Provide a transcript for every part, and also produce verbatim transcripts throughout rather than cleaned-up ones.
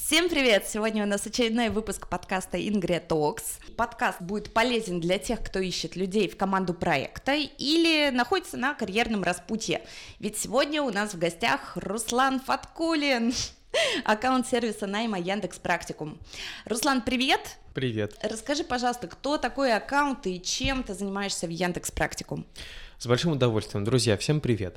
Всем привет! Сегодня у нас очередной выпуск подкаста Ingria Talks. Подкаст будет полезен для тех, кто ищет людей в команду проекта или находится на карьерном распутье. Ведь сегодня у нас в гостях Руслан Фаткулин, аккаунт сервиса найма Яндекс.Практикум. Руслан, привет! Привет! Расскажи, пожалуйста, кто такой аккаунт и чем ты занимаешься в Яндекс.Практикум? С большим удовольствием. Друзья, всем привет.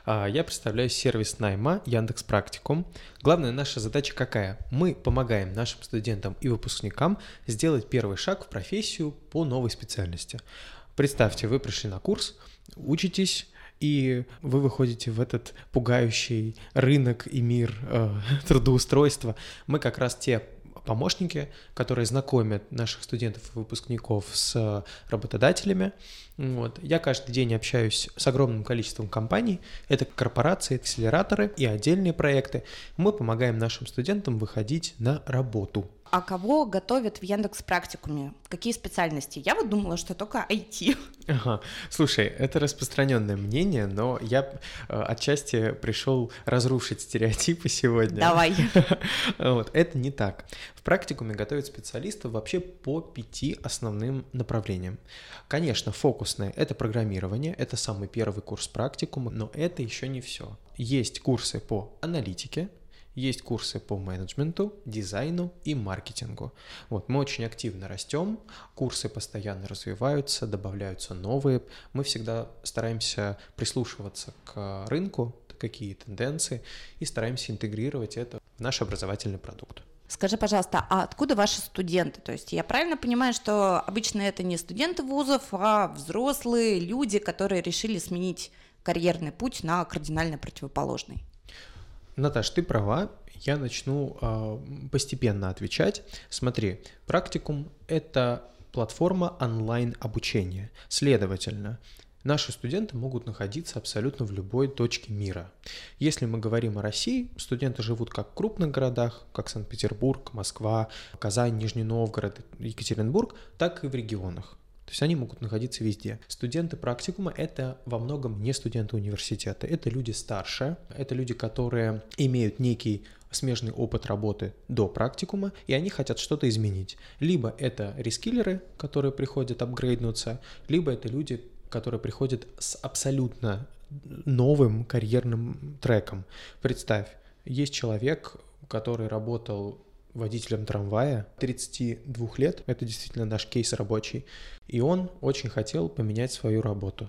Я представляю сервис найма Яндекс.Практикум. Главная наша задача какая? Мы помогаем нашим студентам и выпускникам сделать первый шаг в профессию по новой специальности. Представьте, вы пришли на курс, учитесь, и вы выходите в этот пугающий рынок и мир э, трудоустройства. Мы как раз те помощники, которые знакомят наших студентов и выпускников с работодателями. Вот. Я каждый день общаюсь с огромным количеством компаний. Это корпорации, акселераторы и отдельные проекты. Мы помогаем нашим студентам выходить на работу. А кого готовят в Яндекс.Практикуме? Какие специальности? Я вот думала, что только ай ти. Ага. Слушай, это распространенное мнение, но я э, отчасти пришел разрушить стереотипы сегодня. Давай. Вот. Это не так. В практикуме готовят специалистов вообще по пяти основным направлениям. Конечно, фокусное — это программирование, это самый первый курс практикума, но это еще не все. Есть курсы по аналитике, есть курсы по менеджменту, дизайну и маркетингу. Вот, мы очень активно растем, курсы постоянно развиваются, добавляются новые. Мы всегда стараемся прислушиваться к рынку, какие тенденции, и стараемся интегрировать это в наш образовательный продукт. Скажи, пожалуйста, а откуда ваши студенты? То есть я правильно понимаю, что обычно это не студенты вузов, а взрослые люди, которые решили сменить карьерный путь на кардинально противоположный? Наташ, ты права, я начну э, постепенно отвечать. Смотри, практикум — это платформа онлайн-обучения. Следовательно, наши студенты могут находиться абсолютно в любой точке мира. Если мы говорим о России, студенты живут как в крупных городах, как Санкт-Петербург, Москва, Казань, Нижний Новгород, Екатеринбург, так и в регионах. То есть они могут находиться везде. Студенты практикума — это во многом не студенты университета, это люди старше, это люди, которые имеют некий смежный опыт работы до практикума, и они хотят что-то изменить. Либо это рескиллеры, которые приходят апгрейднуться, либо это люди, которые приходят с абсолютно новым карьерным треком. Представь, есть человек, который работал водителем трамвая, тридцати двух лет, это действительно наш кейс рабочий, и он очень хотел поменять свою работу.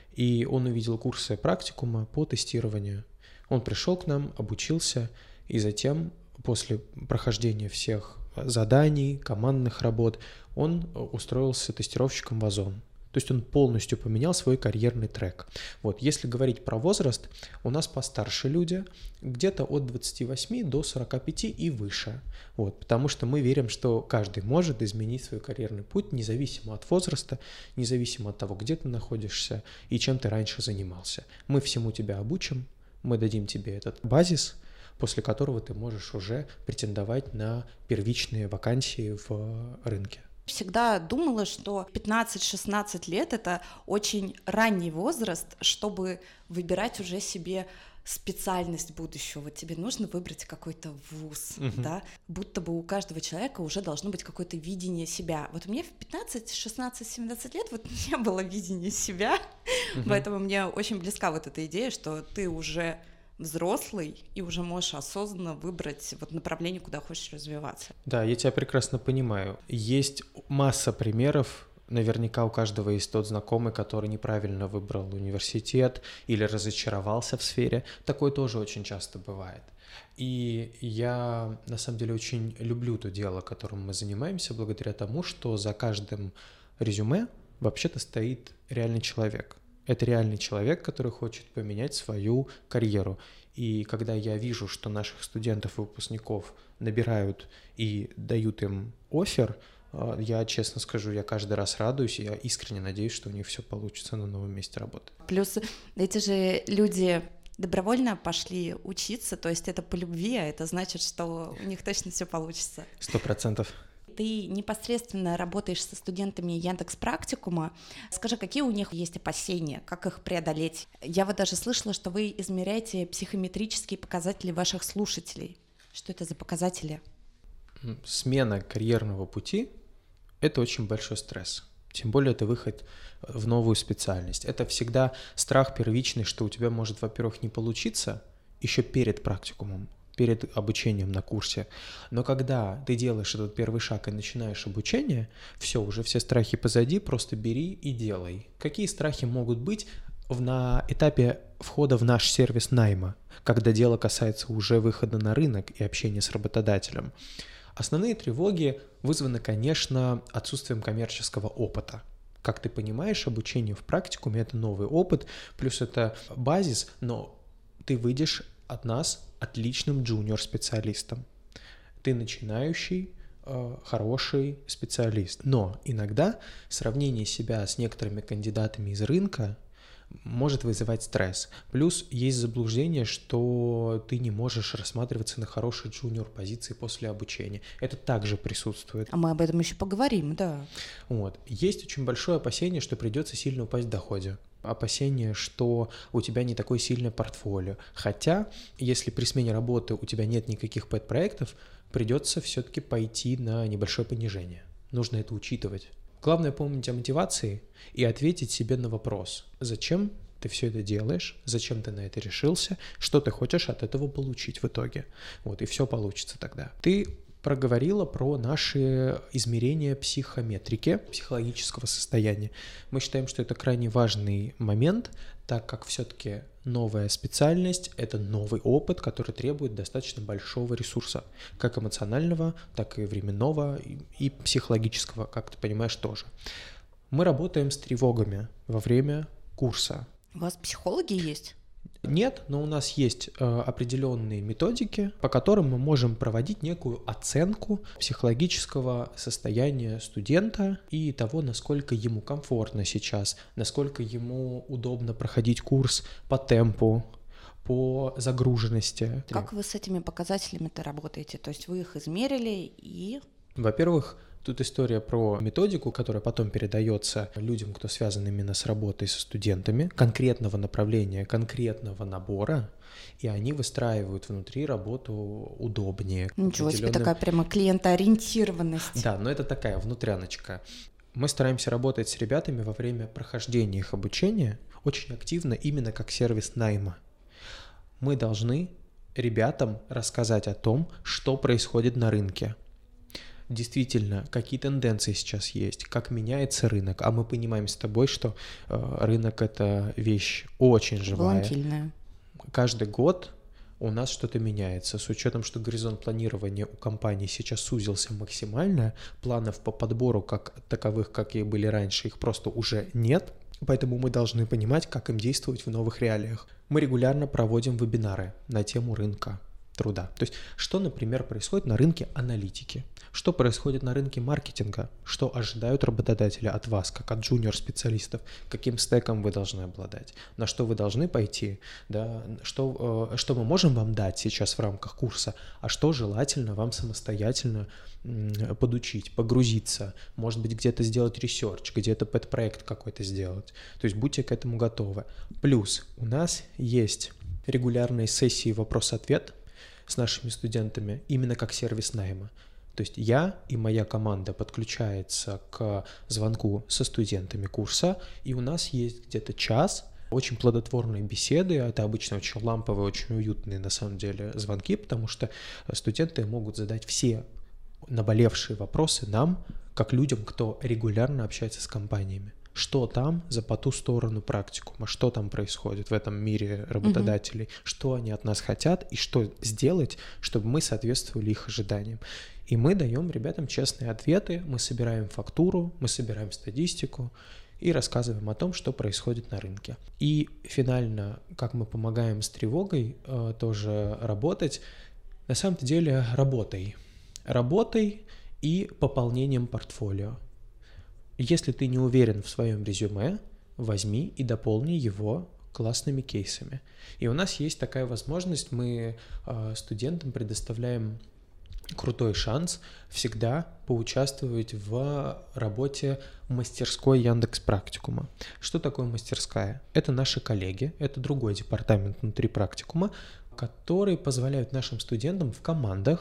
И он увидел курсы практикума по тестированию. Он пришел к нам, обучился, и затем, после прохождения всех заданий, командных работ, он устроился тестировщиком в Озон. То есть он полностью поменял свой карьерный трек. Вот, если говорить про возраст, у нас постарше люди, где-то от двадцати восьми до сорока пяти и выше. Вот, потому что мы верим, что каждый может изменить свой карьерный путь, независимо от возраста, независимо от того, где ты находишься и чем ты раньше занимался. Мы всему тебя обучим, мы дадим тебе этот базис, после которого ты можешь уже претендовать на первичные вакансии в рынке. Всегда думала, что пятнадцать-шестнадцать лет — это очень ранний возраст, чтобы выбирать уже себе специальность будущего. Вот тебе нужно выбрать какой-то вуз, uh-huh. да, будто бы у каждого человека уже должно быть какое-то видение себя. Вот у меня в пятнадцать, шестнадцать, семнадцать лет вот не было видения себя, uh-huh. поэтому мне очень близка вот эта идея, что ты уже взрослый и уже можешь осознанно выбрать вот направление, куда хочешь развиваться. Да, я тебя прекрасно понимаю. Есть масса примеров. Наверняка у каждого есть тот знакомый, который неправильно выбрал университет или разочаровался в сфере. Такое тоже очень часто бывает. И я, на самом деле, очень люблю то дело, которым мы занимаемся, благодаря тому, что за каждым резюме вообще-то стоит реальный человек. Это реальный человек, который хочет поменять свою карьеру. И когда я вижу, что наших студентов и выпускников набирают и дают им оффер, я, честно скажу, я каждый раз радуюсь, и я искренне надеюсь, что у них все получится на новом месте работы. Плюс эти же люди добровольно пошли учиться, то есть это по любви, а это значит, что у них точно все получится. Сто процентов. Ты непосредственно работаешь со студентами Яндекс.Практикума. Скажи, какие у них есть опасения, как их преодолеть? Я вот даже слышала, что вы измеряете психометрические показатели ваших слушателей. Что это за показатели? смена карьерного пути – это очень большой стресс. Тем более это выход в новую специальность. Это всегда страх первичный, что у тебя может, во-первых, не получиться еще перед практикумом, перед обучением на курсе. Но когда ты делаешь этот первый шаг и начинаешь обучение, все, уже все страхи позади, просто бери и делай. Какие страхи могут быть на этапе входа в наш сервис найма, когда дело касается уже выхода на рынок и общения с работодателем? Основные тревоги вызваны, конечно, отсутствием коммерческого опыта. Как ты понимаешь, обучение в практикуме – это новый опыт, плюс это базис, но ты выйдешь от нас отличным джуниор-специалистом. Ты начинающий, э, хороший специалист. Но иногда сравнение себя с некоторыми кандидатами из рынка может вызывать стресс. Плюс есть заблуждение, что ты не можешь рассматриваться на хорошей джуниор-позиции после обучения. Это также присутствует. А мы об этом еще поговорим, да. Вот. Есть очень большое опасение, что придется сильно упасть в доходе. Опасение, что у тебя не такое сильное портфолио. Хотя, если при смене работы у тебя нет никаких пэт-проектов, придется все-таки пойти на небольшое понижение. Нужно это учитывать. Главное помнить о мотивации и ответить себе на вопрос, зачем ты все это делаешь, зачем ты на это решился, что ты хочешь от этого получить в итоге. Вот, и все получится тогда. Ты проговорила про наши измерения психометрики, психологического состояния. Мы считаем, что это крайне важный момент, так как все-таки новая специальность — это новый опыт, который требует достаточно большого ресурса, как эмоционального, так и временного, и, и психологического, как ты понимаешь, тоже. Мы работаем с тревогами во время курса. У вас психологи есть? Нет, но у нас есть э, определенные методики, по которым мы можем проводить некую оценку психологического состояния студента и того, насколько ему комфортно сейчас, насколько ему удобно проходить курс по темпу, по загруженности. Как вы с этими показателями-то работаете? То есть вы их измерили и... Во-первых, тут история про методику, которая потом передается людям, кто связан именно с работой со студентами, конкретного направления, конкретного набора, и они выстраивают внутри работу удобнее. Ничего определенным... себе, такая прямо клиентоориентированность. Да, но это такая внутряночка. Мы стараемся работать с ребятами во время прохождения их обучения очень активно, именно как сервис найма. Мы должны ребятам рассказать о том, что происходит на рынке. Действительно, какие тенденции сейчас есть, как меняется рынок, а мы понимаем с тобой, что э, рынок — это вещь очень живая. Волатильная. Каждый год у нас что-то меняется. С учетом, что горизонт планирования у компании сейчас сузился максимально, планов по подбору как таковых, какие были раньше, их просто уже нет, поэтому мы должны понимать, как им действовать в новых реалиях. Мы регулярно проводим вебинары на тему рынка труда. То есть, что, например, происходит на рынке аналитики, что происходит на рынке маркетинга, что ожидают работодатели от вас, как от джуниор-специалистов, каким стеком вы должны обладать, на что вы должны пойти, да, что, что мы можем вам дать сейчас в рамках курса, а что желательно вам самостоятельно подучить, погрузиться, может быть, где-то сделать ресерч, где-то пэт-проект какой-то сделать. То есть будьте к этому готовы. Плюс у нас есть регулярные сессии вопрос-ответ с нашими студентами, именно как сервис найма. То есть я и моя команда подключается к звонку со студентами курса, и у нас есть где-то час очень плодотворные беседы. Это обычно очень ламповые, очень уютные на самом деле звонки, потому что студенты могут задать все наболевшие вопросы нам, как людям, кто регулярно общается с компаниями. Что там за по ту сторону практикума, что там происходит в этом мире работодателей, mm-hmm. что они от нас хотят и что сделать, чтобы мы соответствовали их ожиданиям. И мы даем ребятам честные ответы, мы собираем фактуру, мы собираем статистику и рассказываем о том, что происходит на рынке. И финально, как мы помогаем с тревогой э, тоже работать, на самом деле работой. Работой и пополнением портфолио. Если ты не уверен в своем резюме, возьми и дополни его классными кейсами. И у нас есть такая возможность, мы э, студентам предоставляем крутой шанс всегда поучаствовать в работе мастерской Яндекс.Практикума. Что такое мастерская? Это наши коллеги, это другой департамент внутри практикума, которые позволяют нашим студентам в командах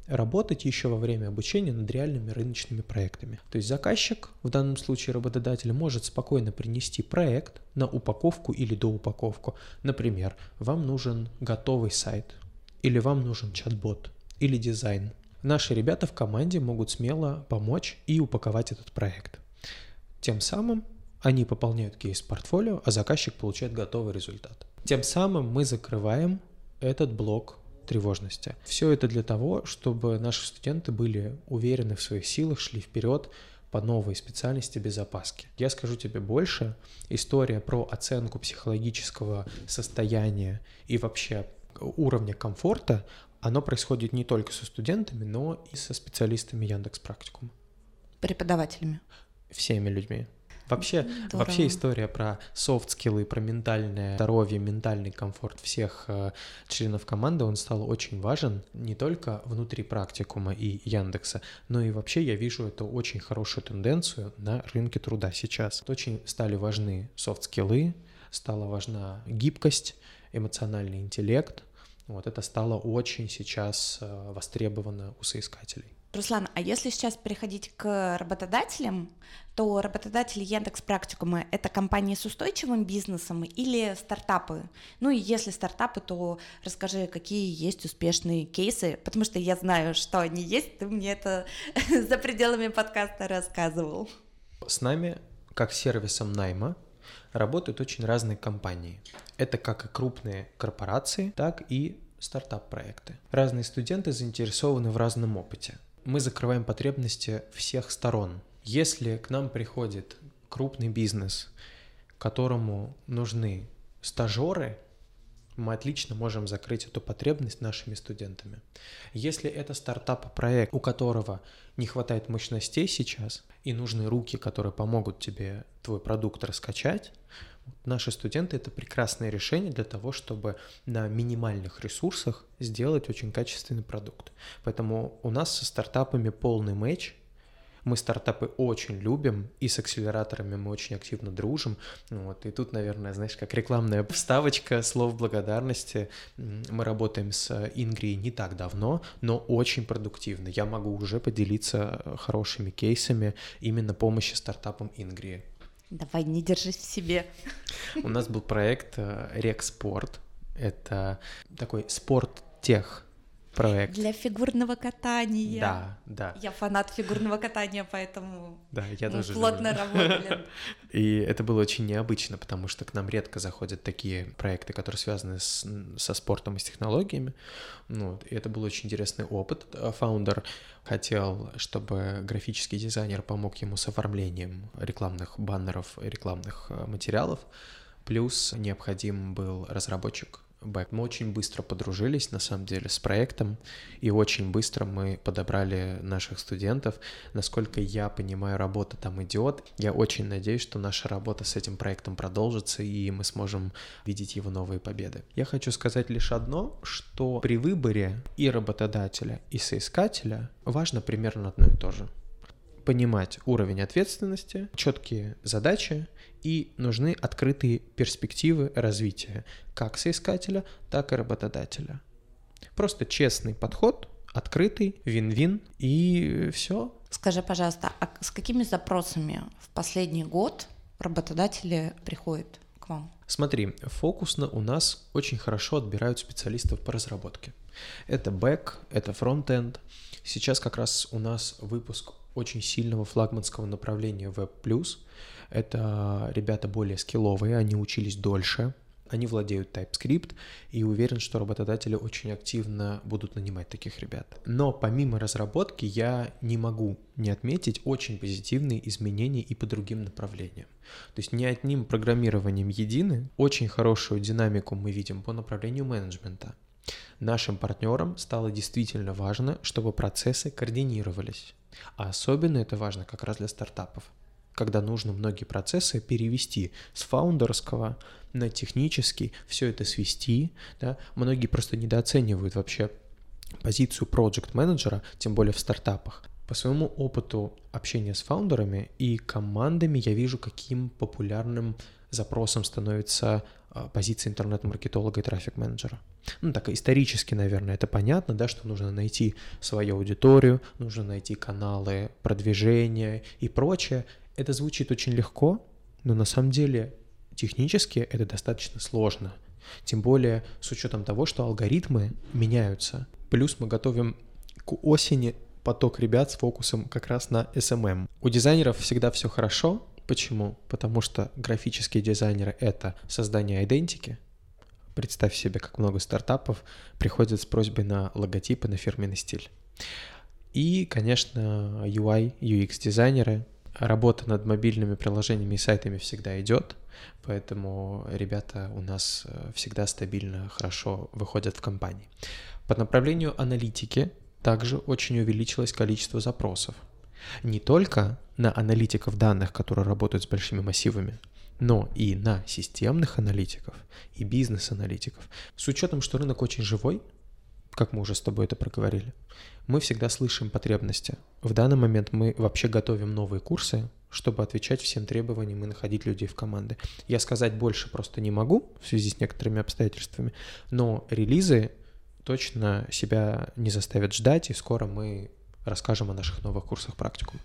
работать еще во время обучения над реальными рыночными проектами. То есть заказчик, в данном случае работодатель, может спокойно принести проект на упаковку или доупаковку. Например, вам нужен готовый сайт, или вам нужен чат-бот, или дизайн. Наши ребята в команде могут смело помочь и упаковать этот проект. Тем самым они пополняют кейс-портфолио, а заказчик получает готовый результат. Тем самым мы закрываем этот блок тревожности. Все это для того, чтобы наши студенты были уверены в своих силах, шли вперед по новой специальности без опаски. Я скажу тебе больше, история про оценку психологического состояния и вообще уровня комфорта, оно происходит не только со студентами, но и со специалистами Яндекс.Практикума. Преподавателями. Всеми людьми. Вообще, вообще история про софт-скиллы, про ментальное здоровье, ментальный комфорт всех э, членов команды, он стал очень важен не только внутри практикума и Яндекса, но и вообще я вижу эту очень хорошую тенденцию на рынке труда сейчас. Очень стали важны софт-скиллы, стала важна гибкость, эмоциональный интеллект. Вот это стало очень сейчас э, востребовано у соискателей. Руслан, а если сейчас переходить к работодателям, то работодатели Яндекс.Практикума — это компании с устойчивым бизнесом или стартапы? Ну и если стартапы, то расскажи, какие есть успешные кейсы, потому что я знаю, что они есть, ты мне это за пределами подкаста рассказывал. С нами, как сервисом найма, работают очень разные компании. Это как и крупные корпорации, так и стартап-проекты. Разные студенты заинтересованы в разном опыте. Мы закрываем потребности всех сторон. Если к нам приходит крупный бизнес, которому нужны стажеры, мы отлично можем закрыть эту потребность нашими студентами. Если это стартап-проект, у которого не хватает мощностей сейчас и нужны руки, которые помогут тебе твой продукт раскачать, наши студенты — это прекрасное решение для того, чтобы на минимальных ресурсах сделать очень качественный продукт. Поэтому у нас со стартапами полный матч. Мы стартапы очень любим, и с акселераторами мы очень активно дружим. Вот. И тут, наверное, знаешь, как рекламная вставочка, слов благодарности. Мы работаем с Ингрией не так давно, но очень продуктивно. Я могу уже поделиться хорошими кейсами именно помощи стартапам Ингрии. Давай, не держись в себе. У нас был проект Рекспорт. Это такой спорт-тех проект. Для фигурного катания. Да, да. Я фанат фигурного катания, поэтому да, я мы тоже плотно люблю. работали. И это было очень необычно, потому что к нам редко заходят такие проекты, которые связаны с, со спортом и с технологиями. Ну, и это был очень интересный опыт. Фаундер хотел, чтобы графический дизайнер помог ему с оформлением рекламных баннеров, рекламных материалов. Плюс необходим был разработчик бэк. Мы очень быстро подружились, на самом деле, с проектом, и очень быстро мы подобрали наших студентов. Насколько я понимаю, работа там идет. Я очень надеюсь, что наша работа с этим проектом продолжится, и мы сможем видеть его новые победы. Я хочу сказать лишь одно, что при выборе и работодателя, и соискателя важно примерно одно и то же. Понимать уровень ответственности, четкие задачи, и нужны открытые перспективы развития как соискателя, так и работодателя. Просто честный подход, открытый, вин-вин, и все. Скажи, пожалуйста, а с какими запросами в последний год работодатели приходят к вам? Смотри, фокусно у нас очень хорошо отбирают специалистов по разработке. Это бэк, это фронт-энд. Сейчас как раз у нас выпуск очень сильного флагманского направления Web+. Это ребята более скилловые, они учились дольше, они владеют TypeScript, и уверен, что работодатели очень активно будут нанимать таких ребят. Но помимо разработки я не могу не отметить очень позитивные изменения и по другим направлениям. То есть не одним программированием едины, очень хорошую динамику мы видим по направлению менеджмента. Нашим партнерам стало действительно важно, чтобы процессы координировались. А особенно это важно как раз для стартапов, когда нужно многие процессы перевести с фаундерского на технический, все это свести. Да? Многие просто недооценивают вообще позицию проект-менеджера, тем более в стартапах. По своему опыту общения с фаундерами и командами я вижу, каким популярным запросом становится позиции интернет-маркетолога и трафик-менеджера. Ну, так исторически, наверное, это понятно, да, что нужно найти свою аудиторию, нужно найти каналы продвижения и прочее. Это звучит очень легко, но на самом деле технически это достаточно сложно. Тем более с учетом того, что алгоритмы меняются. Плюс мы готовим к осени поток ребят с фокусом как раз на эс эм эм. У дизайнеров всегда все хорошо. Почему? Потому что графические дизайнеры — это создание идентики. Представь себе, как много стартапов приходят с просьбой на логотипы, на фирменный стиль. И, конечно, ю ай, ю экс дизайнеры. Работа над мобильными приложениями и сайтами всегда идет, поэтому ребята у нас всегда стабильно, хорошо выходят в компании. По направлению аналитики также очень увеличилось количество запросов. Не только на аналитиков данных, которые работают с большими массивами, но и на системных аналитиков и бизнес-аналитиков. С учетом, что рынок очень живой, как мы уже с тобой это проговорили, мы всегда слышим потребности. В данный момент мы вообще готовим новые курсы, чтобы отвечать всем требованиям и находить людей в команды. Я сказать больше просто не могу в связи с некоторыми обстоятельствами, но релизы точно себя не заставят ждать, и скоро мы расскажем о наших новых курсах практикум.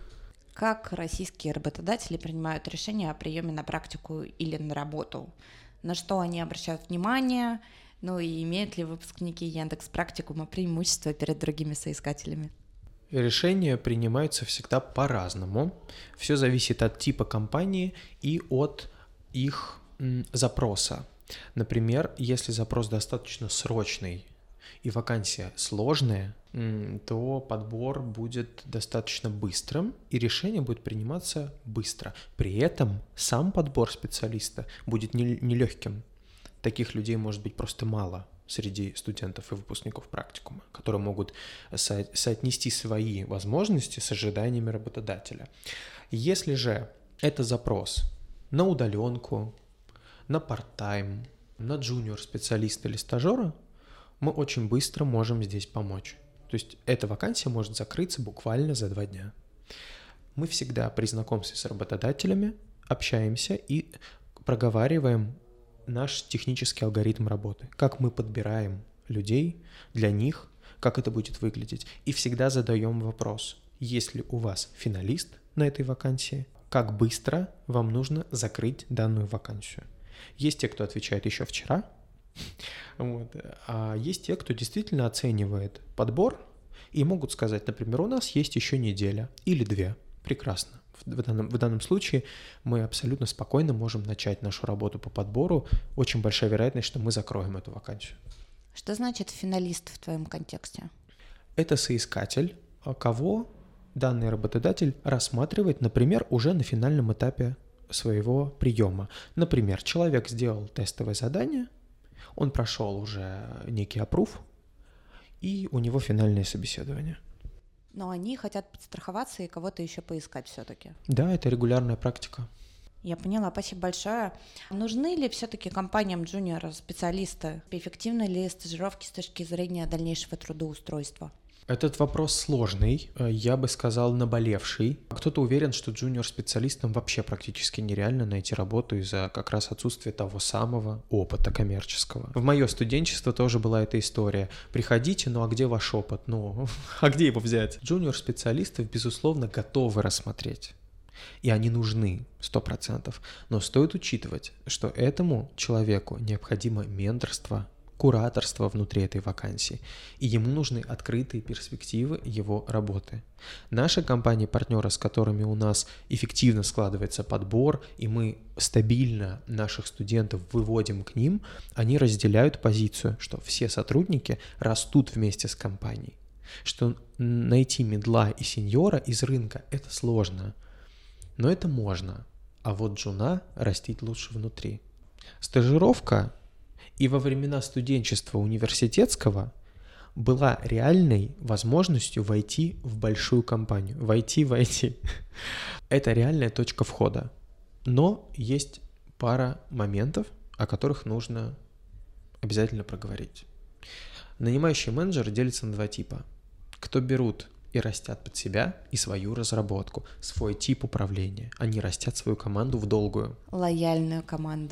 Как российские работодатели принимают решение о приеме на практику или на работу? На что они обращают внимание? Ну и имеют ли выпускники Яндекс.Практикума преимущество перед другими соискателями? Решения принимаются всегда по-разному. Все зависит от типа компании и от их м, запроса. Например, если запрос достаточно срочный и вакансия сложная, то подбор будет достаточно быстрым, и решение будет приниматься быстро. При этом сам подбор специалиста будет нелегким. Таких людей может быть просто мало среди студентов и выпускников практикума, которые могут со- соотнести свои возможности с ожиданиями работодателя. Если же это запрос на удаленку, на парт-тайм, на джуниор-специалиста или стажера, мы очень быстро можем здесь помочь. То есть эта вакансия может закрыться буквально за два дня. Мы всегда при знакомстве с работодателями общаемся и проговариваем наш технический алгоритм работы, как мы подбираем людей для них, как это будет выглядеть. И всегда задаем вопрос, есть ли у вас финалист на этой вакансии, как быстро вам нужно закрыть данную вакансию. Есть те, кто отвечает еще вчера, вот. А есть те, кто действительно оценивает подбор и могут сказать, например, у нас есть еще неделя или две. Прекрасно. В данном, в данном случае мы абсолютно спокойно можем начать нашу работу по подбору. Очень большая вероятность, что мы закроем эту вакансию. Что значит финалист в твоем контексте? Это соискатель, кого данный работодатель рассматривает, например, уже на финальном этапе своего приема. Например, человек сделал тестовое задание, он прошел уже некий аппрув, и у него финальное собеседование. Но они хотят подстраховаться и кого-то еще поискать все-таки. Да, это регулярная практика. Я поняла, спасибо большое. Нужны ли все-таки компаниям джуниор-специалисты? Эффективны ли стажировки с точки зрения дальнейшего трудоустройства? Этот вопрос сложный, я бы сказал, наболевший. Кто-то уверен, что джуниор-специалистам вообще практически нереально найти работу из-за как раз отсутствия того самого опыта коммерческого. В мое студенчество тоже была эта история. Приходите, ну а где ваш опыт? Ну, а где его взять? Джуниор-специалистов, безусловно, готовы рассмотреть. И они нужны, сто процентов. Но стоит учитывать, что этому человеку необходимо менторство, кураторство внутри этой вакансии, и ему нужны открытые перспективы его работы. Наши компании-партнеры, с которыми у нас эффективно складывается подбор, и мы стабильно наших студентов выводим к ним, они разделяют позицию, что все сотрудники растут вместе с компанией, что найти мидла и сеньора из рынка – это сложно, но это можно, а вот джуна растить лучше внутри. Стажировка и во времена студенчества университетского была реальной возможностью войти в большую компанию. Войти, войти. Это реальная точка входа. Но есть пара моментов, о которых нужно обязательно проговорить. Нанимающие менеджеры делятся на два типа. Кто берут и растят под себя и свою разработку, свой тип управления. Они растят свою команду в долгую. Лояльную команду.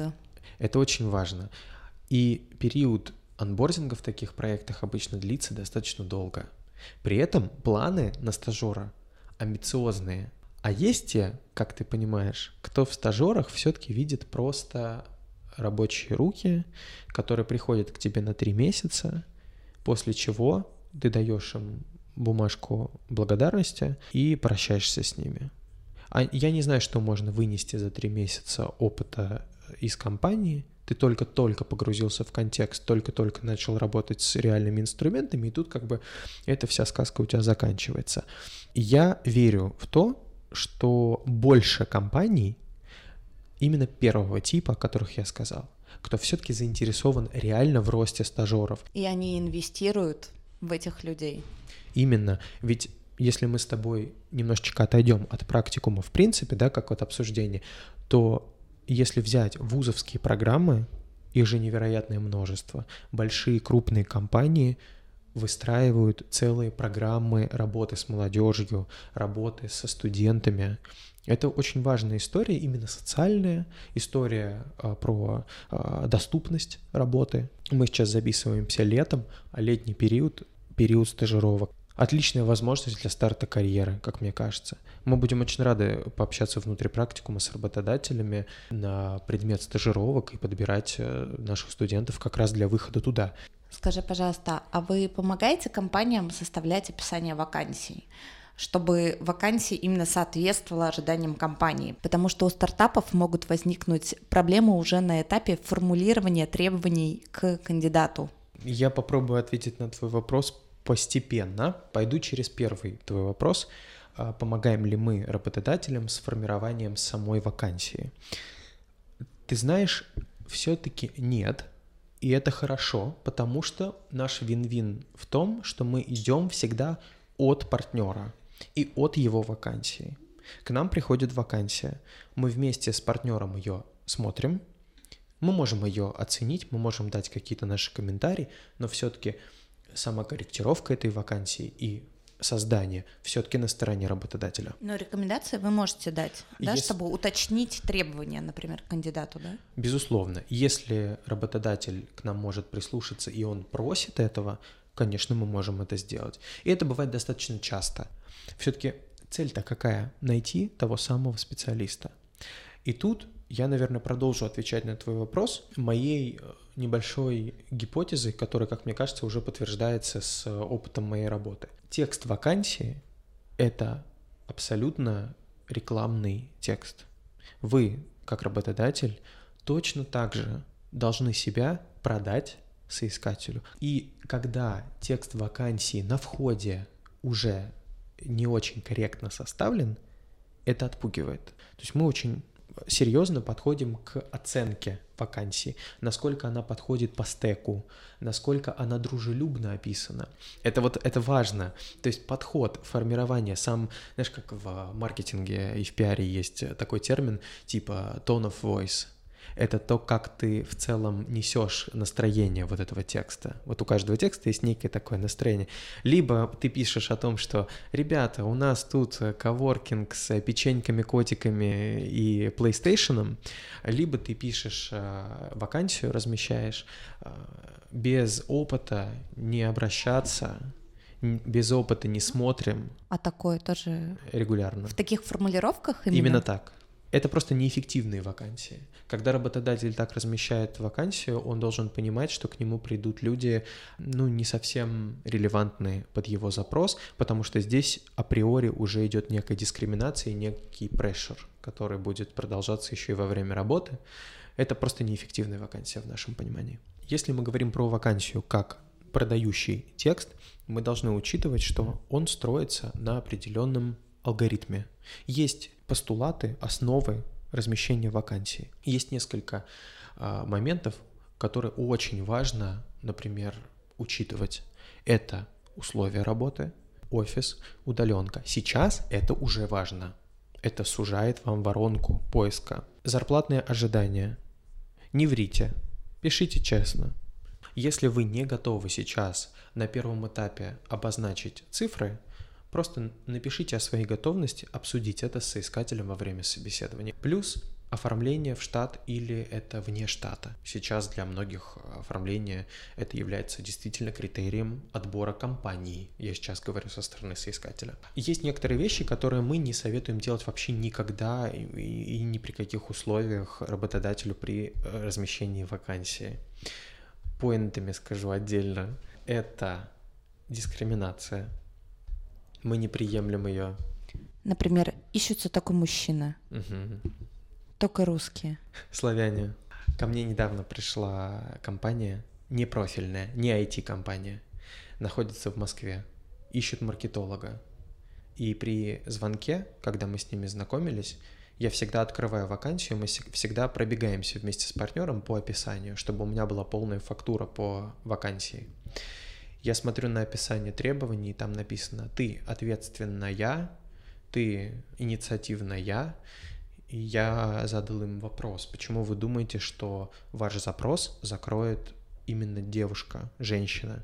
Это очень важно. И период онбординга в таких проектах обычно длится достаточно долго. При этом планы на стажера амбициозные. А есть те, как ты понимаешь, кто в стажерах все-таки видит просто рабочие руки, которые приходят к тебе на три месяца, после чего ты даешь им бумажку благодарности и прощаешься с ними. А я не знаю, что можно вынести за три месяца опыта из компании. Ты только-только погрузился в контекст, только-только начал работать с реальными инструментами, и тут как бы эта вся сказка у тебя заканчивается. Я верю в то, что больше компаний именно первого типа, о которых я сказал, кто все-таки заинтересован реально в росте стажеров. И они инвестируют в этих людей. Именно. Ведь если мы с тобой немножечко отойдем от практикума в принципе, да, как от обсуждения, то если взять вузовские программы, их же невероятное множество. Большие крупные компании выстраивают целые программы работы с молодежью, работы со студентами. Это очень важная история, именно социальная история а, про а, доступность работы. Мы сейчас записываемся летом, а летний период, период стажировок. Отличная возможность для старта карьеры, как мне кажется. Мы будем очень рады пообщаться внутри практикума с работодателями на предмет стажировок и подбирать наших студентов как раз для выхода туда. Скажи, пожалуйста, а вы помогаете компаниям составлять описание вакансий, чтобы вакансия именно соответствовала ожиданиям компании? Потому что у стартапов могут возникнуть проблемы уже на этапе формулирования требований к кандидату. Я попробую ответить на твой вопрос постепенно. Пойду через первый твой вопрос. Помогаем ли мы работодателям с формированием самой вакансии? Ты знаешь, все-таки нет. И это хорошо, потому что наш вин-вин в том, что мы идем всегда от партнера и от его вакансии. К нам приходит вакансия. Мы вместе с партнером ее смотрим. Мы можем ее оценить, мы можем дать какие-то наши комментарии, но все-таки сама корректировка этой вакансии и создание все-таки на стороне работодателя. Но рекомендации вы можете дать, да, Если... чтобы уточнить требования, например, к кандидату, да? Безусловно. Если работодатель к нам может прислушаться и он просит этого, конечно, мы можем это сделать. И это бывает достаточно часто. Все-таки цель-то какая? Найти того самого специалиста. И тут я, наверное, продолжу отвечать на твой вопрос моей небольшой гипотезой, которая, как мне кажется, уже подтверждается с опытом моей работы. Текст вакансии — это абсолютно рекламный текст. Вы, как работодатель, точно так же должны себя продать соискателю. И когда текст вакансии на входе уже не очень корректно составлен, это отпугивает. То есть мы очень серьезно подходим к оценке вакансии, насколько она подходит по стеку, насколько она дружелюбно описана. Это вот это важно. То есть подход, формирование, сам, знаешь, как в маркетинге и в пиаре есть такой термин типа tone of voice. Это то, как ты в целом несешь настроение вот этого текста. Вот у каждого текста есть некое такое настроение. Либо ты пишешь о том, что, ребята, у нас тут коворкинг с печеньками, котиками и PlayStation, либо ты пишешь э, вакансию, размещаешь, э, без опыта не обращаться, без опыта не смотрим. А такое тоже регулярно. В таких формулировках именно? Именно так. Это просто неэффективные вакансии. Когда работодатель так размещает вакансию, он должен понимать, что к нему придут люди, ну, не совсем релевантные под его запрос, потому что здесь априори уже идет некая дискриминация и некий прессор, который будет продолжаться еще и во время работы. Это просто неэффективная вакансия в нашем понимании. Если мы говорим про вакансию как продающий текст, мы должны учитывать, что он строится на определенном алгоритме. Есть постулаты, основы размещения вакансий. Есть несколько а, моментов, которые очень важно, например, учитывать. Это условия работы, офис, удаленка. Сейчас это уже важно. Это сужает вам воронку поиска. Зарплатные ожидания. Не врите, пишите честно. Если вы не готовы сейчас на первом этапе обозначить цифры, просто напишите о своей готовности обсудить это с соискателем во время собеседования. Плюс оформление в штат или это вне штата. Сейчас для многих оформление это является действительно критерием отбора компании. Я сейчас говорю со стороны соискателя. Есть некоторые вещи, которые мы не советуем делать вообще никогда и, и ни при каких условиях работодателю при размещении вакансии. Поинтами скажу отдельно. Это дискриминация. Мы не приемлем ее. Например, ищется только мужчина. Угу. Только русские. Славяне. Ко мне недавно пришла компания, не профильная, не ай ти-компания, находится в Москве, ищет маркетолога. И при звонке, когда мы с ними знакомились, я всегда открываю вакансию, мы всегда пробегаемся вместе с партнером по описанию, чтобы у меня была полная фактура по вакансии. Я смотрю на описание требований, и там написано: ты ответственная, ты инициативная. И я задал им вопрос: почему вы думаете, что ваш запрос закроет именно девушка, женщина?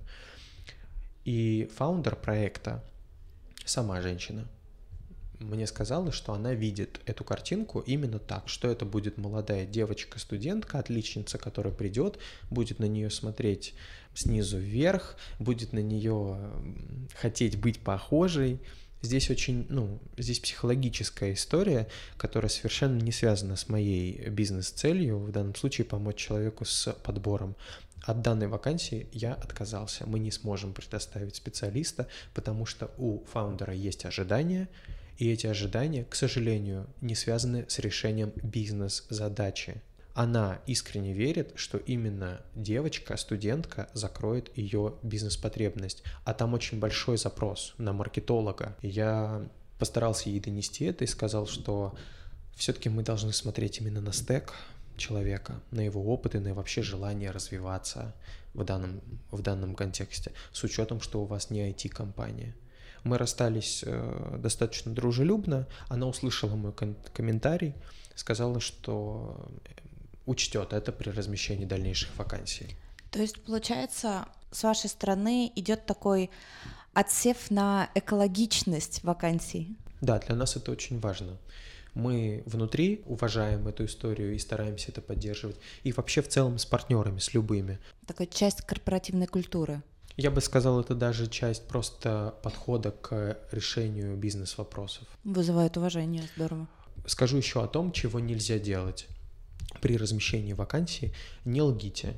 И фаундер проекта, сама женщина, мне сказала, что она видит эту картинку именно так, что это будет молодая девочка-студентка, отличница, которая придет, будет на нее смотреть снизу вверх, будет на нее хотеть быть похожей. Здесь очень, ну, здесь психологическая история, которая совершенно не связана с моей бизнес-целью, в данном случае помочь человеку с подбором. От данной вакансии я отказался. Мы не сможем предоставить специалиста, потому что у фаундера есть ожидания, и эти ожидания, к сожалению, не связаны с решением бизнес-задачи. Она искренне верит, что именно девочка, студентка закроет ее бизнес-потребность. А там очень большой запрос на маркетолога. Я постарался ей донести это и сказал, что все-таки мы должны смотреть именно на стек человека, на его опыт и на вообще желание развиваться в данном, в данном контексте, с учетом, что у вас не ай ти-компания. Мы расстались э, достаточно дружелюбно. Она услышала мой кон- комментарий, сказала, что учтет это при размещении дальнейших вакансий. То есть, получается, с вашей стороны идет такой отсев на экологичность вакансий? Да, для нас это очень важно. Мы внутри уважаем эту историю и стараемся это поддерживать. И вообще в целом с партнерами, с любыми. Такая часть корпоративной культуры. Я бы сказал, это даже часть просто подхода к решению бизнес-вопросов. Вызывает уважение, здорово. Скажу еще о том, чего нельзя делать. При размещении вакансии не лгите.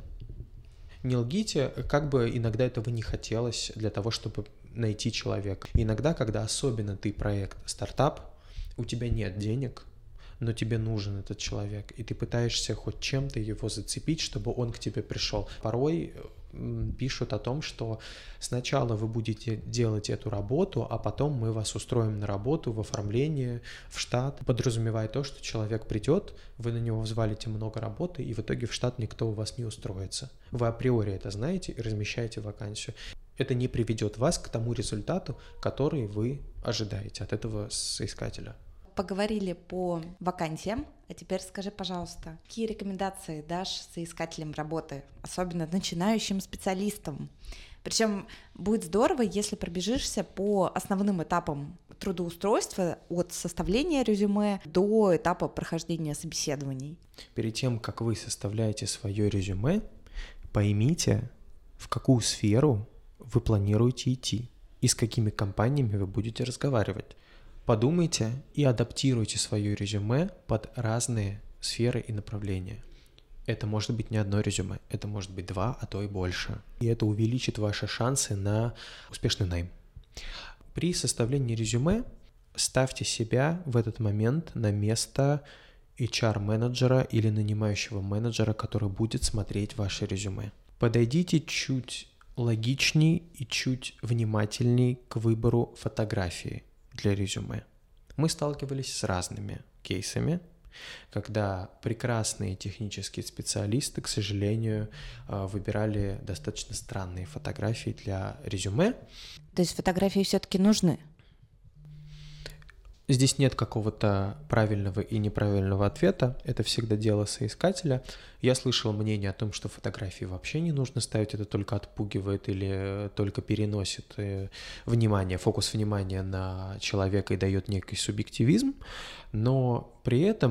Не лгите, как бы иногда этого не хотелось для того, чтобы найти человека. Иногда, когда особенно ты проект стартап, у тебя нет денег, но тебе нужен этот человек, и ты пытаешься хоть чем-то его зацепить, чтобы он к тебе пришел. Порой пишут о том, что сначала вы будете делать эту работу, а потом мы вас устроим на работу, в оформление, в штат, подразумевая то, что человек придет, вы на него взвалите много работы, и в итоге в штат никто у вас не устроится. Вы априори это знаете и размещаете вакансию. Это не приведет вас к тому результату, который вы ожидаете от этого соискателя. Поговорили по вакансиям, а теперь скажи, пожалуйста, какие рекомендации дашь соискателям работы, особенно начинающим специалистам? Причем будет здорово, если пробежишься по основным этапам трудоустройства от составления резюме до этапа прохождения собеседований. Перед тем, как вы составляете свое резюме, поймите, в какую сферу вы планируете идти и с какими компаниями вы будете разговаривать. Подумайте и адаптируйте свое резюме под разные сферы и направления. Это может быть не одно резюме, это может быть два, а то и больше. И это увеличит ваши шансы на успешный найм. При составлении резюме ставьте себя в этот момент на место эйч ар-менеджера или нанимающего менеджера, который будет смотреть ваше резюме. Подойдите чуть логичней и чуть внимательней к выбору фотографии для резюме. Мы сталкивались с разными кейсами, когда прекрасные технические специалисты, к сожалению, выбирали достаточно странные фотографии для резюме. То есть фотографии все-таки нужны? Здесь нет какого-то правильного и неправильного ответа, это всегда дело соискателя. Я слышал мнение о том, что фотографии вообще не нужно ставить, это только отпугивает или только переносит внимание, фокус внимания на человека и дает некий субъективизм, но при этом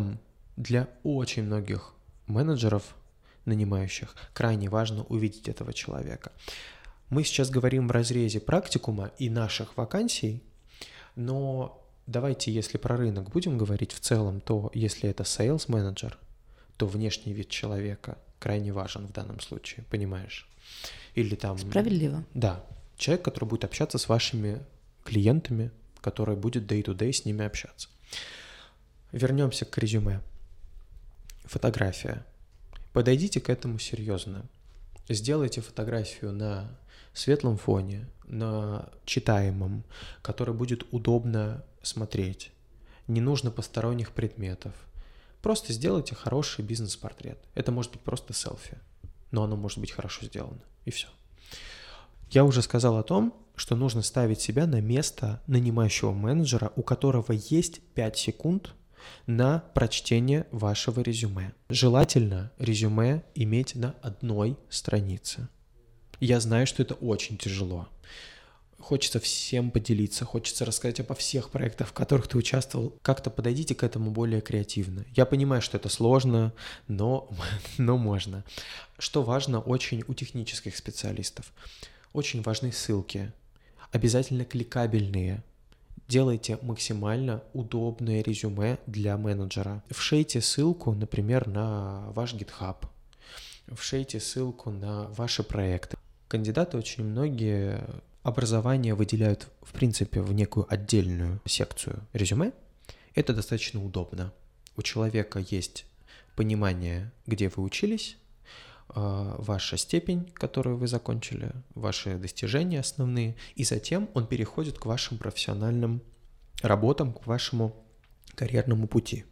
Для очень многих менеджеров, нанимающих, крайне важно увидеть этого человека. Мы сейчас говорим в разрезе практикума и наших вакансий, но давайте, если про рынок будем говорить в целом, то если это sales менеджер, то внешний вид человека крайне важен в данном случае, понимаешь? Или там... Справедливо. Да, человек, который будет общаться с вашими клиентами, который будет day-to-day с ними общаться. Вернемся к резюме. Фотография. Подойдите к этому серьезно. Сделайте фотографию на светлом фоне, на читаемом, который будет удобно смотреть. Не нужно посторонних предметов. Просто сделайте хороший бизнес-портрет. Это может быть просто селфи, но оно может быть хорошо сделано. И все. Я уже сказал о том, что нужно ставить себя на место нанимающего менеджера, у которого есть пять секунд на прочтение вашего резюме. Желательно резюме иметь на одной странице. Я знаю, что это очень тяжело. Хочется всем поделиться, хочется рассказать обо всех проектах, в которых ты участвовал. Как-то подойдите к этому более креативно. Я понимаю, что это сложно, но, но можно. Что важно очень у технических специалистов? Очень важны ссылки. Обязательно кликабельные. Делайте максимально удобное резюме для менеджера. Вшейте ссылку, например, на ваш GitHub. Вшейте ссылку на ваши проекты. Кандидаты очень многие образование выделяют, в принципе, в некую отдельную секцию резюме. Это достаточно удобно. У человека есть понимание, где вы учились, ваша степень, которую вы закончили, ваши достижения основные, и затем он переходит к вашим профессиональным работам, к вашему карьерному пути.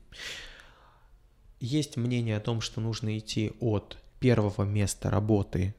Есть мнение о том, что нужно идти от первого места работы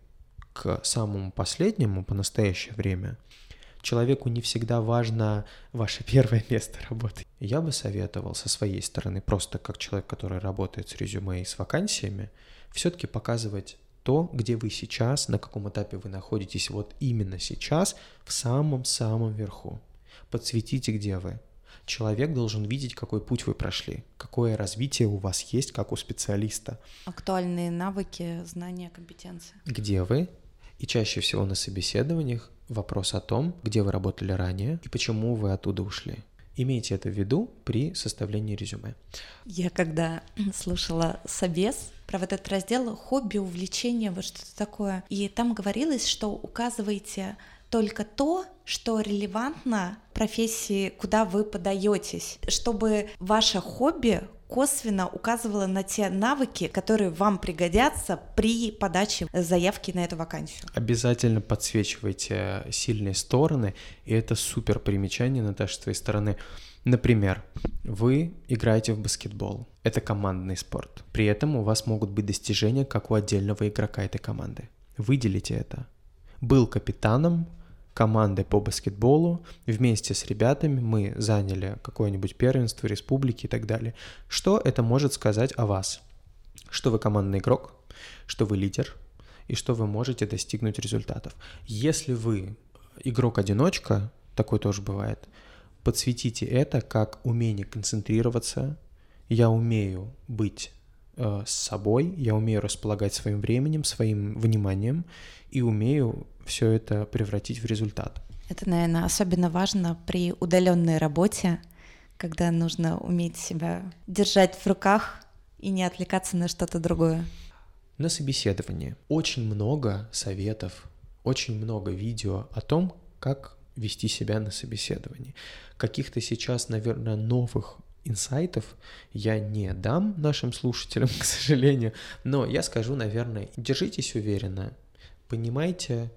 к самому последнему по настоящее время. Человеку не всегда важно ваше первое место работы. Я бы советовал со своей стороны, просто как человек, который работает с резюме и с вакансиями, все-таки показывать то, где вы сейчас, на каком этапе вы находитесь вот именно сейчас, в самом-самом верху. Подсветите, где вы. Человек должен видеть, какой путь вы прошли, какое развитие у вас есть, как у специалиста. Актуальные навыки, знания, компетенции. Где вы? И чаще всего на собеседованиях вопрос о том, где вы работали ранее и почему вы оттуда ушли. Имейте это в виду при составлении резюме. Я когда слушала собес про вот этот раздел «Хобби, увлечение», вот что-то такое, и там говорилось, что указываете только то, что релевантно профессии, куда вы подаетесь, чтобы ваше хобби косвенно указывало на те навыки, которые вам пригодятся при подаче заявки на эту вакансию. Обязательно подсвечивайте сильные стороны, и это супер примечание, Наташа, с твоей стороны. Например, вы играете в баскетбол. Это командный спорт. При этом у вас могут быть достижения, как у отдельного игрока этой команды. Выделите это. Был капитаном команды по баскетболу, вместе с ребятами мы заняли какое-нибудь первенство республики и так далее. Что это может сказать о вас? Что вы командный игрок, что вы лидер и что вы можете достигнуть результатов. Если вы игрок-одиночка, такое тоже бывает, подсветите это как умение концентрироваться. Я умею быть э, с собой, я умею располагать своим временем, своим вниманием и умею все это превратить в результат. Это, наверное, особенно важно при удаленной работе, когда нужно уметь себя держать в руках и не отвлекаться на что-то другое. На собеседовании очень много советов, очень много видео о том, как вести себя на собеседовании. Каких-то сейчас, наверное, новых инсайтов я не дам нашим слушателям, к сожалению, но я скажу, наверное, держитесь уверенно, понимайте,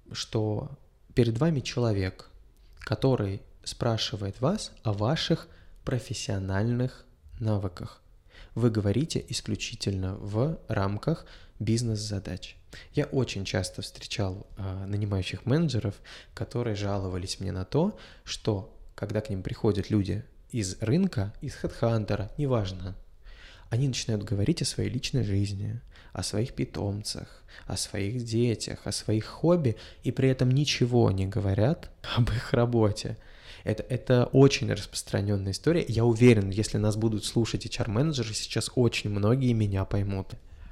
что перед вами человек, который спрашивает вас о ваших профессиональных навыках. Вы говорите исключительно в рамках бизнес-задач. Я очень часто встречал э, нанимающих менеджеров, которые жаловались мне на то, что когда к ним приходят люди из рынка, из HeadHunter, неважно, они начинают говорить о своей личной жизни, о своих питомцах, о своих детях, о своих хобби, и при этом ничего не говорят об их работе. Это, это очень распространенная история. Я уверен, если нас будут слушать эйч ар-менеджеры, сейчас очень многие меня поймут.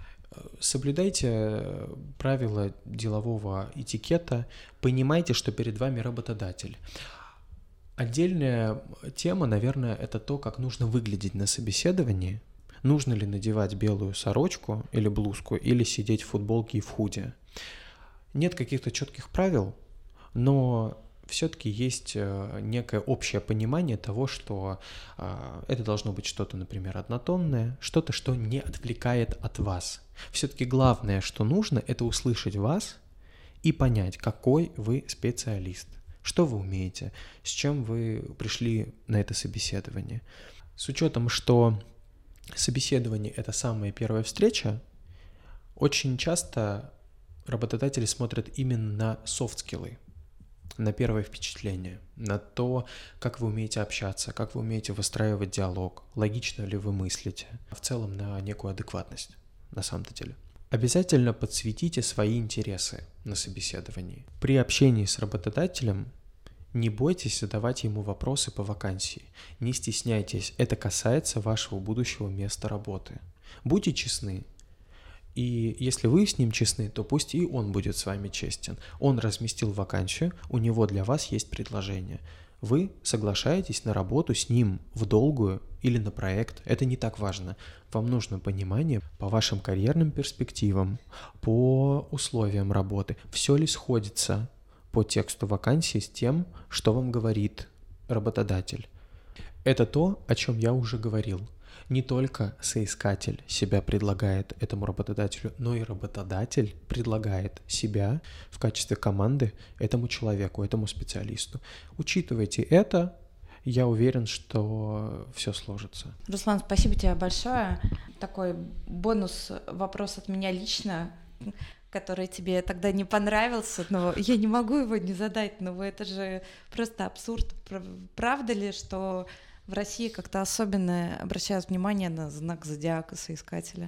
Соблюдайте правила делового этикета, понимайте, что перед вами работодатель. Отдельная тема, наверное, это то, как нужно выглядеть на собеседовании. Нужно ли надевать белую сорочку или блузку, или сидеть в футболке и в худи. Нет каких-то четких правил, но все-таки есть некое общее понимание того, что это должно быть что-то, например, однотонное, что-то, что не отвлекает от вас. Все-таки главное, что нужно, это услышать вас и понять, какой вы специалист, что вы умеете, с чем вы пришли на это собеседование. С учетом, что собеседование — это самая первая встреча, очень часто работодатели смотрят именно на софт-скиллы, на первое впечатление, на то, как вы умеете общаться, как вы умеете выстраивать диалог, логично ли вы мыслите, в целом на некую адекватность на самом-то деле. Обязательно подсветите свои интересы на собеседовании. При общении с работодателем не бойтесь задавать ему вопросы по вакансии, не стесняйтесь, это касается вашего будущего места работы. Будьте честны, и если вы с ним честны, то пусть и он будет с вами честен. Он разместил вакансию, у него для вас есть предложение. Вы соглашаетесь на работу с ним в долгую или на проект, это не так важно. Вам нужно понимание по вашим карьерным перспективам, по условиям работы, все ли сходится по тексту вакансии с тем, что вам говорит работодатель. Это то, о чем я уже говорил. Не только соискатель себя предлагает этому работодателю, но и работодатель предлагает себя в качестве команды этому человеку, этому специалисту. Учитывайте это, я уверен, что все сложится. Руслан, спасибо тебе большое. Такой бонус вопрос от меня лично, который тебе тогда не понравился, но я не могу его не задать, но это же просто абсурд. Правда ли, что в России как-то особенно обращают внимание на знак зодиака соискателя?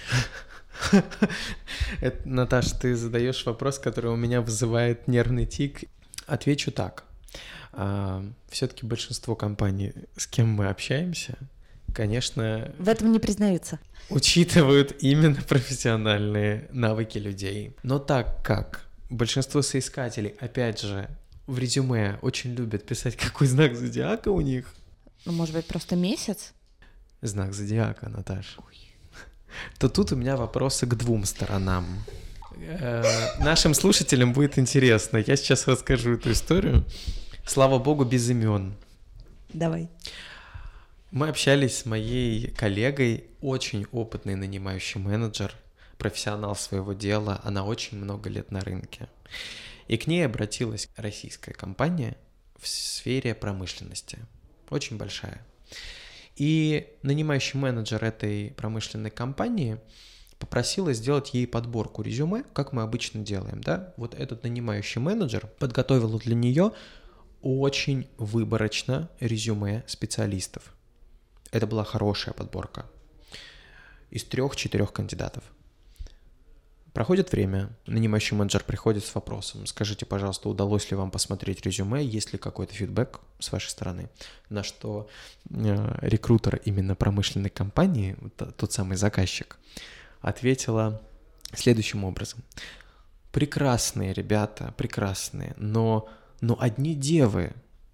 Наташ, ты задаешь вопрос, который у меня вызывает нервный тик. Отвечу так. Все-таки большинство компаний, с кем мы общаемся, конечно, в этом не признаются. Учитывают именно профессиональные навыки людей. Но так как большинство соискателей, опять же, в резюме очень любят писать, какой знак зодиака у них. Ну, может быть, просто месяц? Знак зодиака, Наташ. Ой. То тут у меня вопросы к двум сторонам. Э-э- нашим слушателям будет интересно. Я сейчас расскажу эту историю. Слава богу, без имен. Давай. Мы общались с моей коллегой, очень опытный нанимающий менеджер, профессионал своего дела, она очень много лет на рынке. И к ней обратилась российская компания в сфере промышленности, очень большая. И нанимающий менеджер этой промышленной компании попросила сделать ей подборку резюме, как мы обычно делаем, да? Вот этот нанимающий менеджер подготовил для нее очень выборочно резюме специалистов. Это была хорошая подборка из трех-четырех кандидатов. Проходит время, нанимающий менеджер приходит с вопросом: скажите, пожалуйста, удалось ли вам посмотреть резюме, есть ли какой-то фидбэк с вашей стороны? На что э, рекрутер именно промышленной компании, тот самый заказчик, ответила следующим образом: прекрасные ребята, прекрасные, но, но одни девы.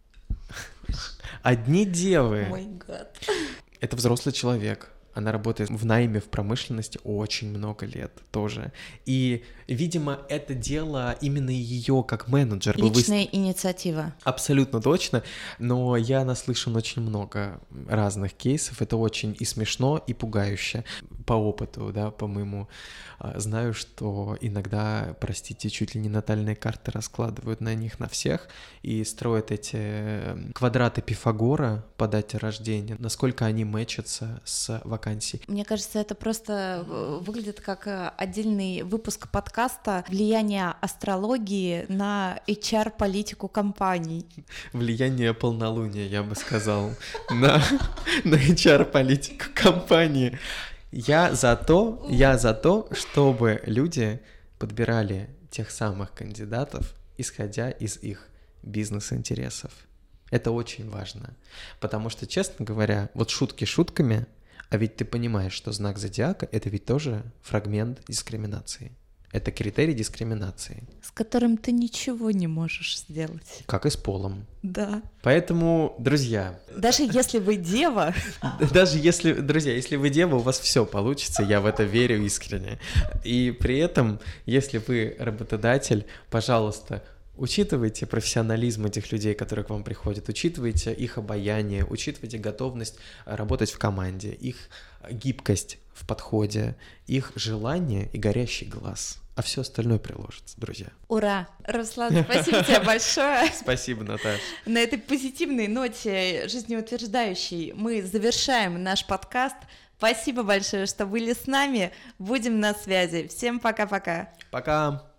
Одни девы. Мой гад. Это взрослый человек. Она работает в найме в промышленности очень много лет тоже. И, видимо, это дело именно ее как менеджер. Личная вы... инициатива. Абсолютно точно. Но я наслышан очень много разных кейсов. Это очень и смешно, и пугающе. По опыту, да, по моему, знаю, что иногда, простите, чуть ли не натальные карты раскладывают на них на всех и строят эти квадраты Пифагора по дате рождения, насколько они мэчатся с вакансией. Мне кажется, это просто выглядит как отдельный выпуск подкаста «Влияние астрологии на эйч ар-политику компаний». Влияние полнолуния, я бы сказал, на эйч ар-политику компании. Я за то, я за то, чтобы люди подбирали тех самых кандидатов, исходя из их бизнес-интересов. Это очень важно, потому что, честно говоря, вот шутки шутками, а ведь ты понимаешь, что знак зодиака — это ведь тоже фрагмент дискриминации. Это критерий дискриминации. С которым ты ничего не можешь сделать. Как и с полом. Да. Поэтому, друзья... Даже если вы дева... Даже если, друзья, если вы дева, у вас все получится, я в это верю искренне. И при этом, если вы работодатель, пожалуйста, учитывайте профессионализм этих людей, которые к вам приходят, учитывайте их обаяние, учитывайте готовность работать в команде, их гибкость в подходе, их желание и горящий глаз. А все остальное приложится, друзья. Ура! Руслан, спасибо тебе большое. Спасибо, Наташа. На этой позитивной ноте, жизнеутверждающей, мы завершаем наш подкаст. Спасибо большое, что были с нами. Будем на связи. Всем пока-пока. Пока.